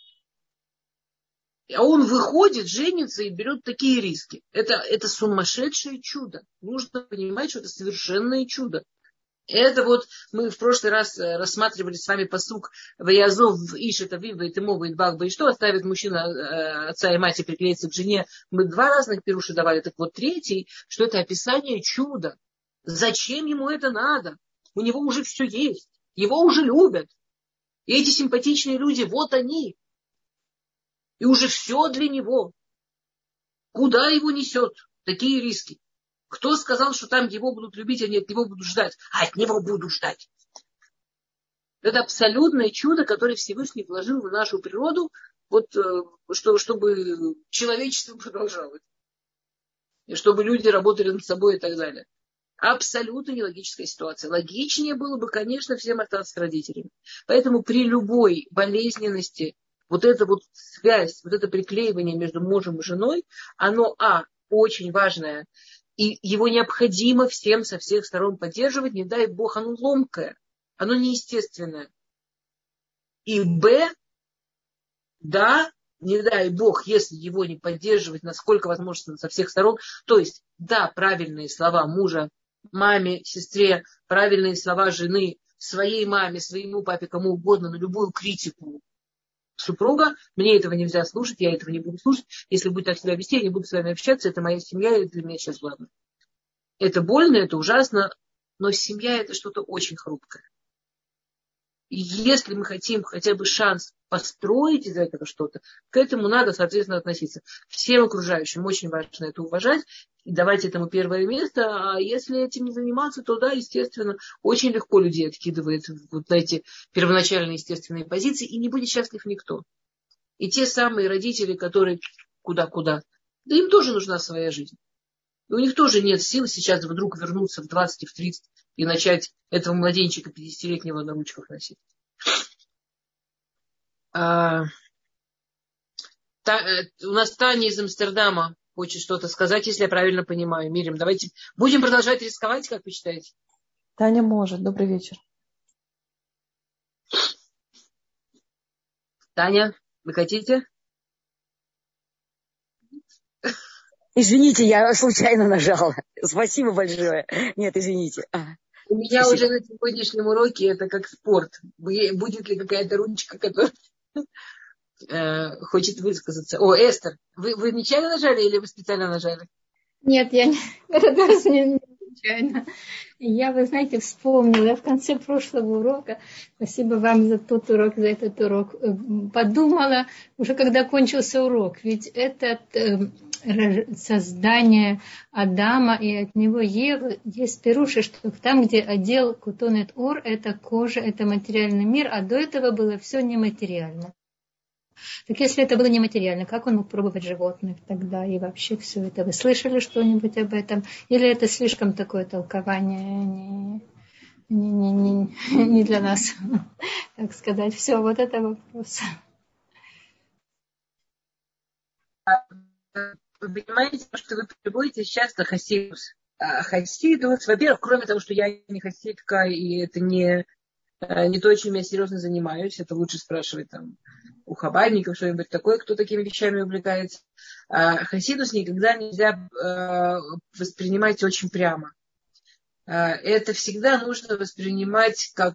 А он выходит, женится и берет такие риски. Это сумасшедшее чудо. Нужно понимать, что это совершенное чудо. Это вот мы в прошлый раз рассматривали с вами пасук «Ваязов ишет авив ваитемо ваитбах баишто», оставит мужчина отца и мать и приклеится к жене. Мы 2 разных пируши давали. Так вот 3, что это описание чуда. Зачем ему это надо? У него уже все есть. Его уже любят. И эти симпатичные люди, вот они. И уже все для него. Куда его несет? Такие риски. Кто сказал, что там его будут любить, они от него будут ждать? А от него будут ждать. Это абсолютное чудо, которое Всевышний вложил в нашу природу, вот, чтобы человечество продолжалось. И чтобы люди работали над собой и так далее. Абсолютно нелогическая ситуация. Логичнее было бы, конечно, всем остаться с родителями. Поэтому при любой болезненности вот эта вот связь, вот это приклеивание между мужем и женой, оно, очень важное. И его необходимо всем со всех сторон поддерживать, не дай Бог, оно ломкое, оно неестественное. И да, не дай Бог, если его не поддерживать, насколько возможно со всех сторон, то есть, да, правильные слова мужа, маме, сестре, правильные слова жены, своей маме, своему папе, кому угодно, на любую критику супруга, мне этого нельзя слушать, я этого не буду слушать. Если будет так себя вести, я не буду с вами общаться, это моя семья, и для меня сейчас главное. Это больно, это ужасно, но семья это что-то очень хрупкое. И если мы хотим хотя бы шанс построить из этого что-то, к этому надо, соответственно, относиться. Всем окружающим очень важно это уважать и давать этому первое место. А если этим не заниматься, то да, естественно, очень легко людей откидывает вот на эти первоначальные естественные позиции, и не будет счастлив никто. И те самые родители, которые куда-куда, да им тоже нужна своя жизнь. И у них тоже нет сил сейчас вдруг вернуться в 20 и в 30 и начать этого младенчика 50-летнего на ручках носить. У нас Таня из Амстердама хочет что-то сказать, если я правильно понимаю. Мирим, давайте будем продолжать рисковать, как вы считаете? Таня может. Добрый вечер. Таня, вы хотите? Извините, я случайно нажала. Спасибо большое. Нет, извините. У меня уже на сегодняшнем уроке это как спорт. Будет ли какая-то ручка, которая хочет высказаться? О, Эстер, вы нечаянно нажали или вы специально нажали? Нет, я этот раз не случайно. Вы знаете, вспомнила в конце прошлого урока, спасибо вам за тот урок, за этот урок, подумала, уже когда кончился урок, ведь этот создание Адама и от него Евы, есть пируши, что там, где отдел Кутонет Ор, это кожа, это материальный мир, а до этого было все нематериально. Так если это было нематериально, как он мог пробовать животных тогда и вообще все это? Вы слышали что-нибудь об этом? Или это слишком такое толкование не для нас, так сказать? Все, вот это вопрос. Вы понимаете, что вы приводите часто хасидус. Хасидус, во-первых, кроме того, что я не хасидка, и это не то, чем я серьезно занимаюсь, это лучше спрашивать там у хабадников, что-нибудь такое, кто такими вещами увлекается. Хасидус никогда нельзя воспринимать очень прямо. Это всегда нужно воспринимать как,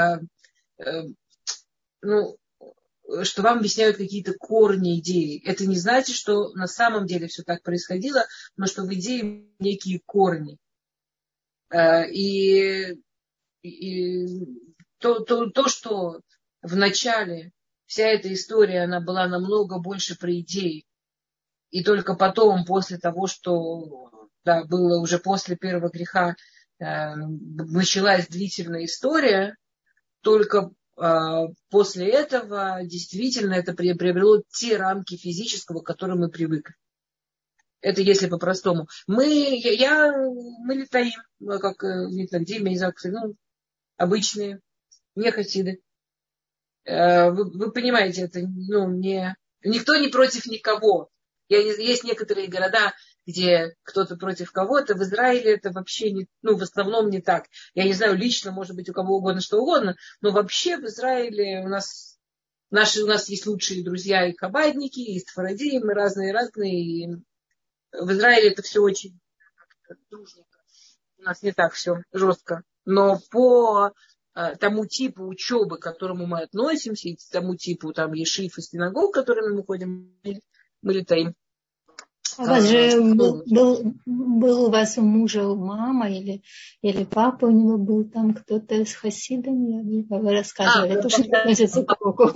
что вам объясняют какие-то корни идеи. Это не значит, что на самом деле все так происходило, но что в идее некие корни. И то, что в начале вся эта история, она была намного больше про идеи. И только потом, после того, что да, было уже после первого греха, началась длительная история, только после этого действительно это приобрело те рамки физического, к которым мы привыкли. Это если по-простому. Мы летаим, как где, я не знаю, обычные, не хасиды. Вы понимаете, это никто не против никого. Есть некоторые города, где кто-то против кого-то. В Израиле это вообще в основном не так. Я не знаю, лично, может быть, у кого угодно, что угодно, но вообще в Израиле у нас есть лучшие друзья и хабадники, и сфарадии, мы разные. И в Израиле это все очень дружненько. У нас не так все жестко. Но по тому типу учебы, к которому мы относимся, и тому типу там ешив и синагог, к которым мы ходим, мы летаем. У вас же был у вас у мужа мама или папа у него был там кто-то с хасидами, вы рассказывали. Это тоже относится к Богу.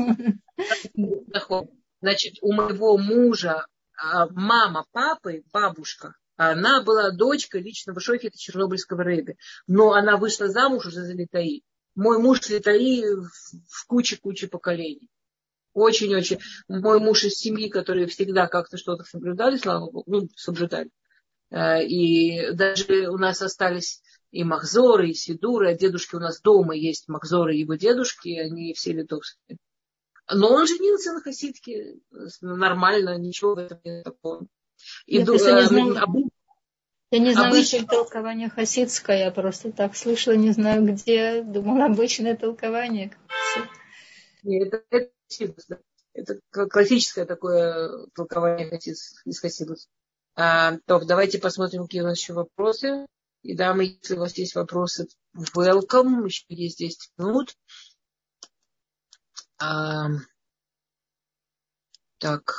Значит, у моего мужа мама папы, бабушка, она была дочкой личного шофета Чернобыльского рэбе. Но она вышла замуж уже за литаи. Мой муж литаи в куче поколений. Очень-очень. Мой муж из семьи, которые всегда как-то что-то соблюдали, слава Богу, соблюдали. И даже у нас остались и махзоры, и сидуры. От дедушки у нас дома есть махзоры его дедушки, они все литовские. Но он женился на хасидке нормально, ничего в этом нет такого. Я не знала, что это толкование хасидское, я просто так слышала, не знаю где, думала, обычное толкование. Нет, это классическое такое толкование из хасидов. Так, давайте посмотрим, какие у нас еще вопросы. И дамы, если у вас есть вопросы, welcome, еще есть 10 минут. Так.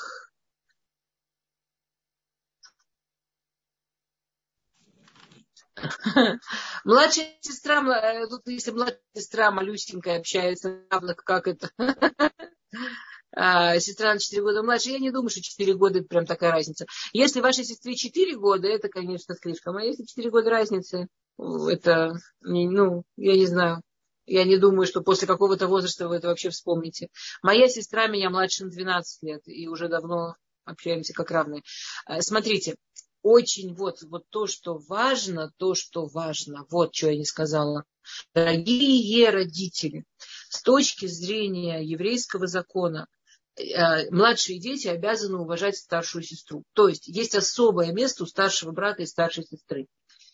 Младшая сестра, тут если младшая сестра малюсенькая общается, как это? Сестра на 4 года младше, я не думаю, что 4 года это прям такая разница. Если вашей сестре 4 года, это, конечно, слишком. А если 4 года разницы, это, я не знаю. Я не думаю, что после какого-то возраста вы это вообще вспомните. Моя сестра меня младше на 12 лет, и уже давно общаемся как равные. Смотрите, очень вот то, что важно, вот что я не сказала. Дорогие родители, с точки зрения еврейского закона, младшие дети обязаны уважать старшую сестру. То есть есть особое место у старшего брата и старшей сестры.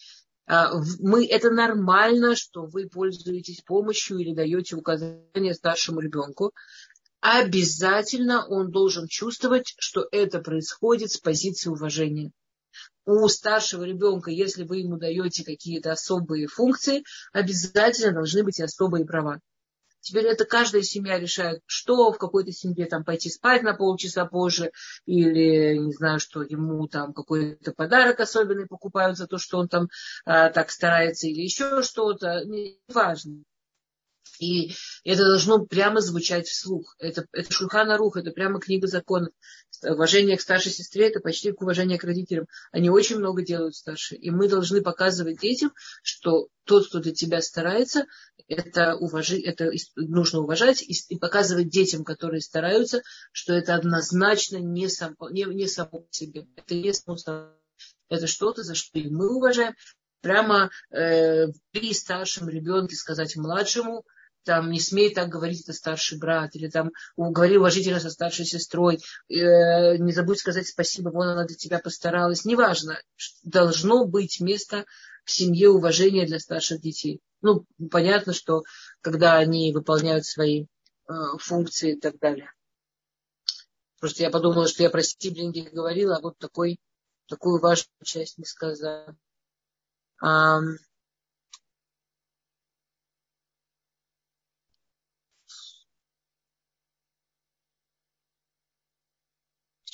Это нормально, что вы пользуетесь помощью или даете указания старшему ребенку. Обязательно он должен чувствовать, что это происходит с позиции уважения. У старшего ребенка, если вы ему даете какие-то особые функции, обязательно должны быть и особые права. Теперь это каждая семья решает, что в какой-то семье там пойти спать на полчаса позже, или не знаю, что ему там какой-то подарок особенный покупают за то, что он там так старается, или еще что-то, неважно. И это должно прямо звучать вслух. Это Шульхан Арух, это прямо книга законов. Уважение к старшей сестре – это почти к уважению к родителям. Они очень много делают старше. И мы должны показывать детям, что тот, кто для тебя старается, это нужно уважать. И показывать детям, которые стараются, что это однозначно не само по себе. Это не само собой. Это что-то, за что и мы уважаем. Прямо при старшем ребенке сказать младшему, там, не смей так говорить, это старший брат, или там, говори уважительно со старшей сестрой, не забудь сказать спасибо, вон она для тебя постаралась. Неважно, должно быть место в семье уважения для старших детей. Понятно, что когда они выполняют свои функции и так далее. Просто я подумала, что я про стиблинги говорила, а вот такую важную часть не сказала.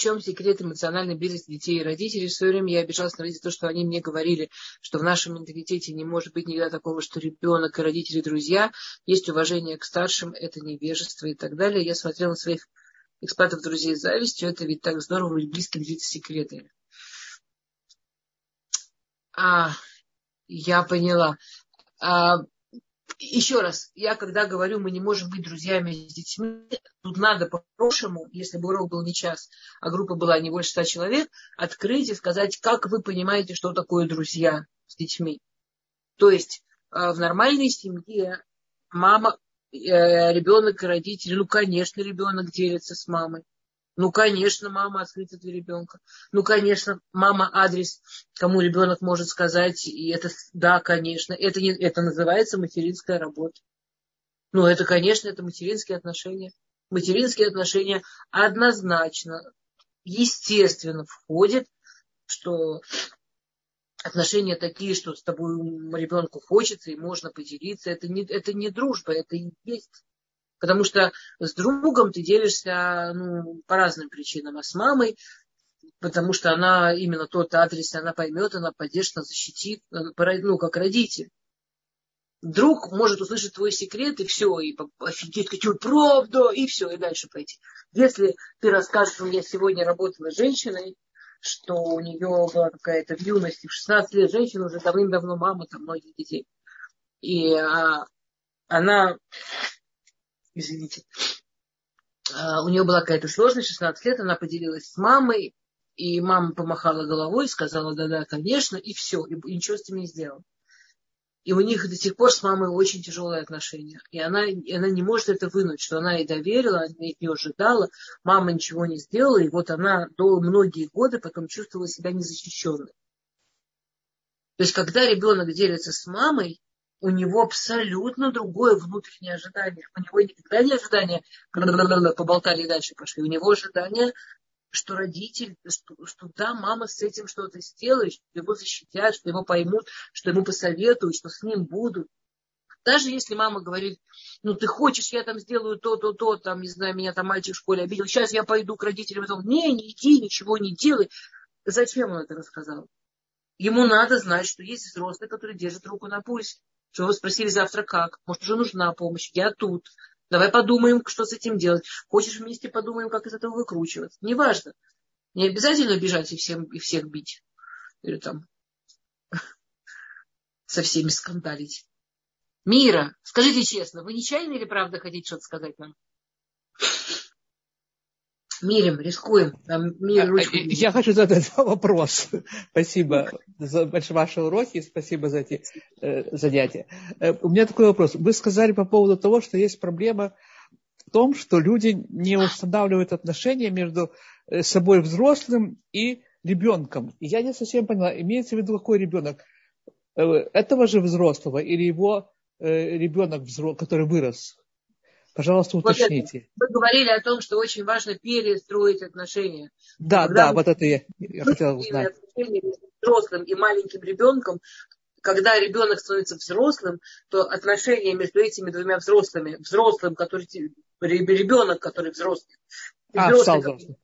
чем секрет эмоциональной близости детей и родителей? В свое время я обижалась на родителей за то, что они мне говорили, что в нашем менталитете не может быть никогда такого, что ребенок и родители друзья, есть уважение к старшим, это невежество и так далее. Я смотрела на своих экспатов, друзей с завистью, это ведь так здорово, ведь близким делиться секретами. Я поняла. Еще раз, я когда говорю, мы не можем быть друзьями с детьми, тут надо по-хорошему, если бы урок был не час, а группа была не больше 100 человек, открыть и сказать, как вы понимаете, что такое друзья с детьми. То есть в нормальной семье мама, ребенок и родители, конечно, ребенок делится с мамой. Конечно, мама открыта для ребенка. Конечно, мама адрес, кому ребенок может сказать. И это, да, конечно, это называется материнская работа. Это, конечно, это материнские отношения. Материнские отношения однозначно, естественно, входят, что отношения такие, что с тобой ребенку хочется и можно поделиться. Это не дружба, это и есть. Потому что с другом ты делишься по разным причинам, а с мамой, потому что она именно тот адрес, она поймет, она поддержит, она защитит, как родитель. Друг может услышать твой секрет, и все, и офигеть, какую правду, и все, и дальше пойти. Если ты расскажешь, я сегодня работала с женщиной, что у нее была какая-то в юности, в 16 лет женщина, уже давным-давно мама многих детей. И она... Извините. У нее была какая-то сложность, 16 лет, она поделилась с мамой, и мама помахала головой, сказала, да, конечно, и все, и ничего с этим не сделала. И у них до сих пор с мамой очень тяжелые отношения. И она не может это вынуть, что она ей доверила, она от нее ожидала, мама ничего не сделала, и вот она многие годы потом чувствовала себя незащищенной. То есть, когда ребенок делится с мамой, у него абсолютно другое внутреннее ожидание. У него никогда не ожидание, поболтали и дальше пошли. У него ожидание, что родитель, что да, мама с этим что-то сделает, что его защитят, что его поймут, что ему посоветуют, что с ним будут. Даже если мама говорит, ты хочешь, я там сделаю то, там, не знаю, меня там мальчик в школе обидел, сейчас я пойду к родителям, и потом, не иди, ничего не делай. Зачем он это рассказал? Ему надо знать, что есть взрослый, который держит руку на пульсе. Что вы спросили завтра как? Может, уже нужна помощь? Я тут. Давай подумаем, что с этим делать. Хочешь, вместе подумаем, как из этого выкручиваться. Неважно. Не обязательно бежать и всех бить. Или там со всеми скандалить. Мира, скажите честно, вы нечаянно или правда хотите что-то сказать нам? Мирим, рискуем. Я хочу задать вопрос. Спасибо за ваши уроки, спасибо за эти занятия. У меня такой вопрос. Вы сказали по поводу того, что есть проблема в том, что люди не устанавливают отношения между собой взрослым и ребенком. И я не совсем поняла, имеется в виду какой ребенок? Этого же взрослого или его ребенок, который вырос? Пожалуйста, уточните. Вы говорили о том, что очень важно перестроить отношения. Да, вот это я хотела узнать. Отношения между взрослым и маленьким ребенком, когда ребенок становится взрослым, то отношения между этими двумя взрослыми, ребенок, который взрослый, взрослый,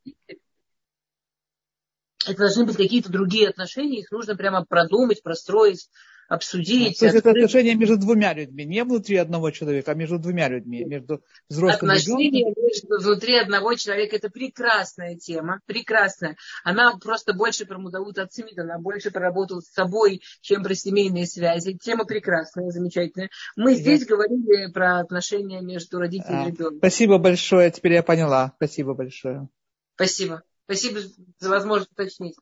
это должны быть какие-то другие отношения, их нужно прямо продумать, простроить, обсудить. То есть это отношения между двумя людьми, не внутри одного человека, а между двумя людьми, между взрослым отношения ребенком. Внутри одного человека — это прекрасная тема, прекрасная. Она просто больше про Мудавут Ацимит, она больше проработала с собой, чем про семейные связи. Тема прекрасная, замечательная. Мы здесь говорили про отношения между родителями и ребенком. Спасибо большое, теперь я поняла. Спасибо большое. Спасибо. Спасибо за возможность уточнить.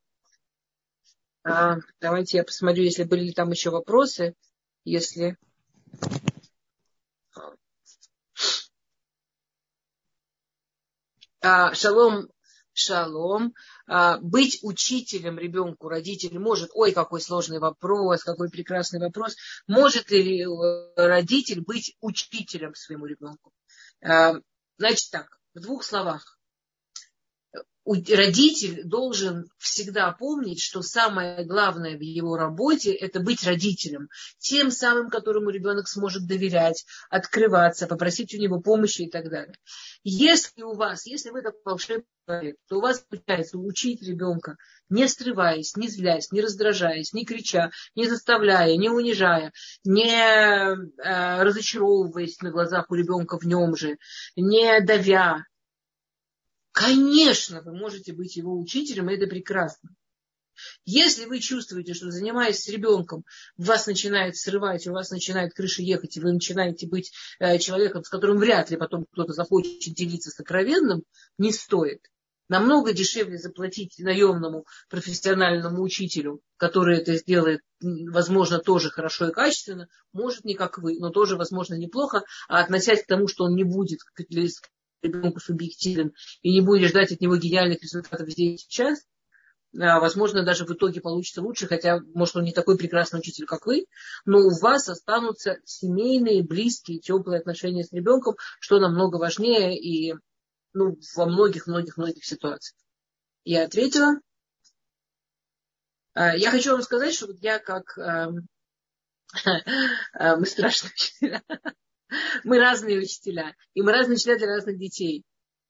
Давайте я посмотрю, если были ли там еще вопросы. Если... Шалом. Быть учителем ребенку, родитель может... Ой, какой сложный вопрос, какой прекрасный вопрос. Может ли родитель быть учителем своему ребенку? Значит так, в двух словах. родитель должен всегда помнить, что самое главное в его работе – это быть родителем. Тем самым, которому ребенок сможет доверять, открываться, попросить у него помощи и так далее. Если вы такой волшебный человек, то у вас получается учить ребенка, не срываясь, не злясь, не раздражаясь, не крича, не заставляя, не унижая, не разочаровываясь на глазах у ребенка в нем же, не давя. Конечно, вы можете быть его учителем, и это прекрасно. Если вы чувствуете, что, занимаясь с ребенком, вас начинает срывать, у вас начинает крыша ехать, и вы начинаете быть человеком, с которым вряд ли потом кто-то захочет делиться сокровенным, не стоит. Намного дешевле заплатить наемному профессиональному учителю, который это сделает, возможно, тоже хорошо и качественно, может не как вы, но тоже, возможно, неплохо, а относясь к тому, что он не будет ребенку субъективен и не будет ждать от него гениальных результатов здесь и сейчас, возможно, даже в итоге получится лучше, хотя, может, он не такой прекрасный учитель, как вы, но у вас останутся семейные, близкие, теплые отношения с ребенком, что намного важнее и во многих-многих-многих ситуациях. Я ответила. Я хочу вам сказать, что я как... Мы страшные учителя. Мы разные учителя. И мы разные учителя для разных детей.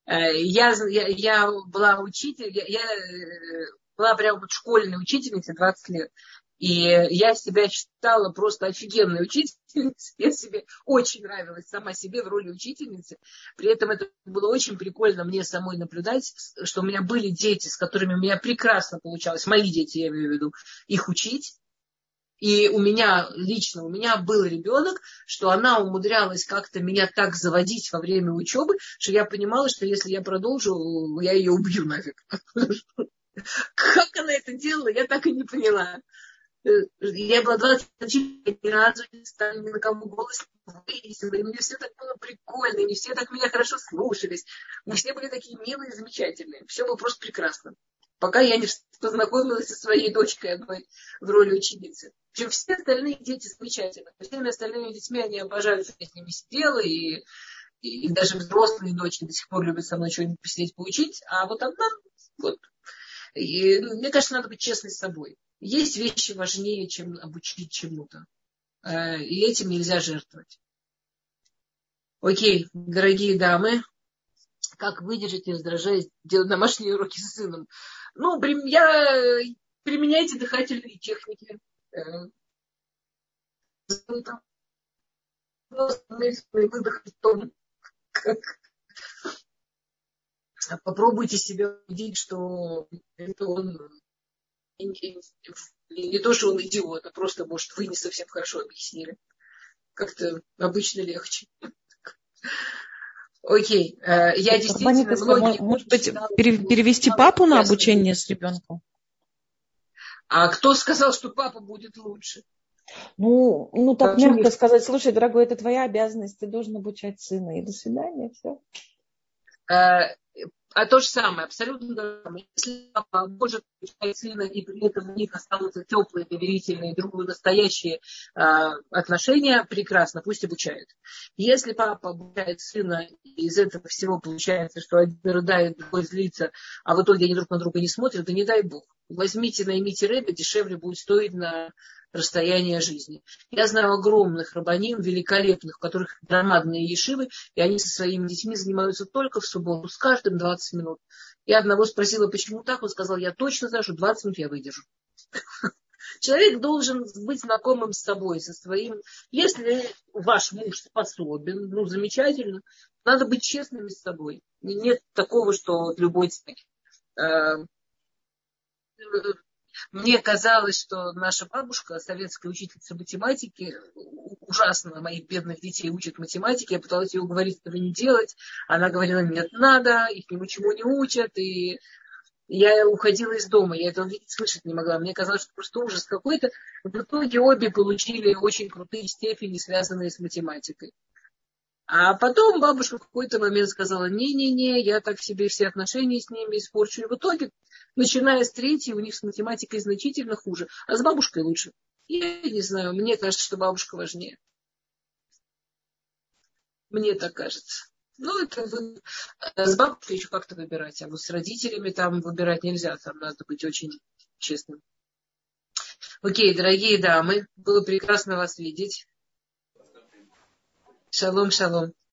Я была я была прям школьной учительницей 20 лет. И я себя считала просто офигенной учительницей. Я себе очень нравилась сама себе в роли учительницы. При этом это было очень прикольно мне самой наблюдать, что у меня были дети, с которыми у меня прекрасно получалось, мои дети, я имею в виду, их учить. И у меня был ребенок, что она умудрялась как-то меня так заводить во время учебы, что я понимала, что если я продолжу, я ее убью нафиг. Как она это делала, я так и не поняла. Я была 20 ни разу не стала ни на кого голос не вывесила, и мне все так было прикольно, и все так меня хорошо слушались. Мы все были такие милые и замечательные. Все было просто прекрасно. Пока я не познакомилась со своей дочкой одной в роли ученицы. Причем все остальные дети замечательны. Со всеми остальными детьми они обожают, что я с ними сидела, и даже взрослые дочки до сих пор любят со мной что-нибудь посидеть, поучить. А вот одна, И, мне кажется, надо быть честной с собой. Есть вещи важнее, чем обучить чему-то. И этим нельзя жертвовать. Окей, дорогие дамы, как выдержать, не раздражаясь, делать домашние уроки с сыном? Применяйте дыхательные техники. Выдох ртом. Попробуйте себя убедить, что это он не то, что он идиот, а просто, может, вы не совсем хорошо объяснили. Как-то обычно легче. Окей. Я действительно может быть, перевести папу на обучение с ребенком? А кто сказал, что папа будет лучше? Так мягко сказать, слушай, дорогой, это твоя обязанность, ты должен обучать сына. И до свидания, все. А то же самое, абсолютно. Если папа может обучать сына, и при этом у них останутся теплые, доверительные, настоящие отношения, прекрасно, пусть обучает. Если папа обучает сына, и из этого всего получается, что один рыдает, другой злится, а в итоге они друг на друга не смотрят, да не дай бог. Возьмите, наймите рэбби, дешевле будет стоить на расстояние жизни. Я знаю огромных рабаним, великолепных, у которых громадные ешивы, и они со своими детьми занимаются только в субботу, с каждым 20 минут. Я одного спросила, почему так, он сказал, я точно знаю, что 20 минут я выдержу. Человек должен быть знакомым с собой, со своим. Если ваш муж способен, замечательно, надо быть честными с собой. Нет такого, что любой Мне казалось, что наша бабушка, советская учительница математики, ужасно моих бедных детей учит математике. Я пыталась ее уговорить этого не делать. Она говорила, нет, надо, их ничему не учат. И я уходила из дома, я этого видеть, слышать не могла. Мне казалось, что просто ужас какой-то. В итоге обе получили очень крутые степени, связанные с математикой. А потом бабушка в какой-то момент сказала, не-не-не, я так себе все отношения с ними испорчу. И в итоге, начиная с третьей, у них с математикой значительно хуже, а с бабушкой лучше. Я не знаю, мне кажется, что бабушка важнее. Мне так кажется. Ну, это с бабушкой еще как-то выбирать, а вот с родителями там выбирать нельзя, там надо быть очень честным. Окей, дорогие дамы, было прекрасно вас видеть. Шалом, шалом.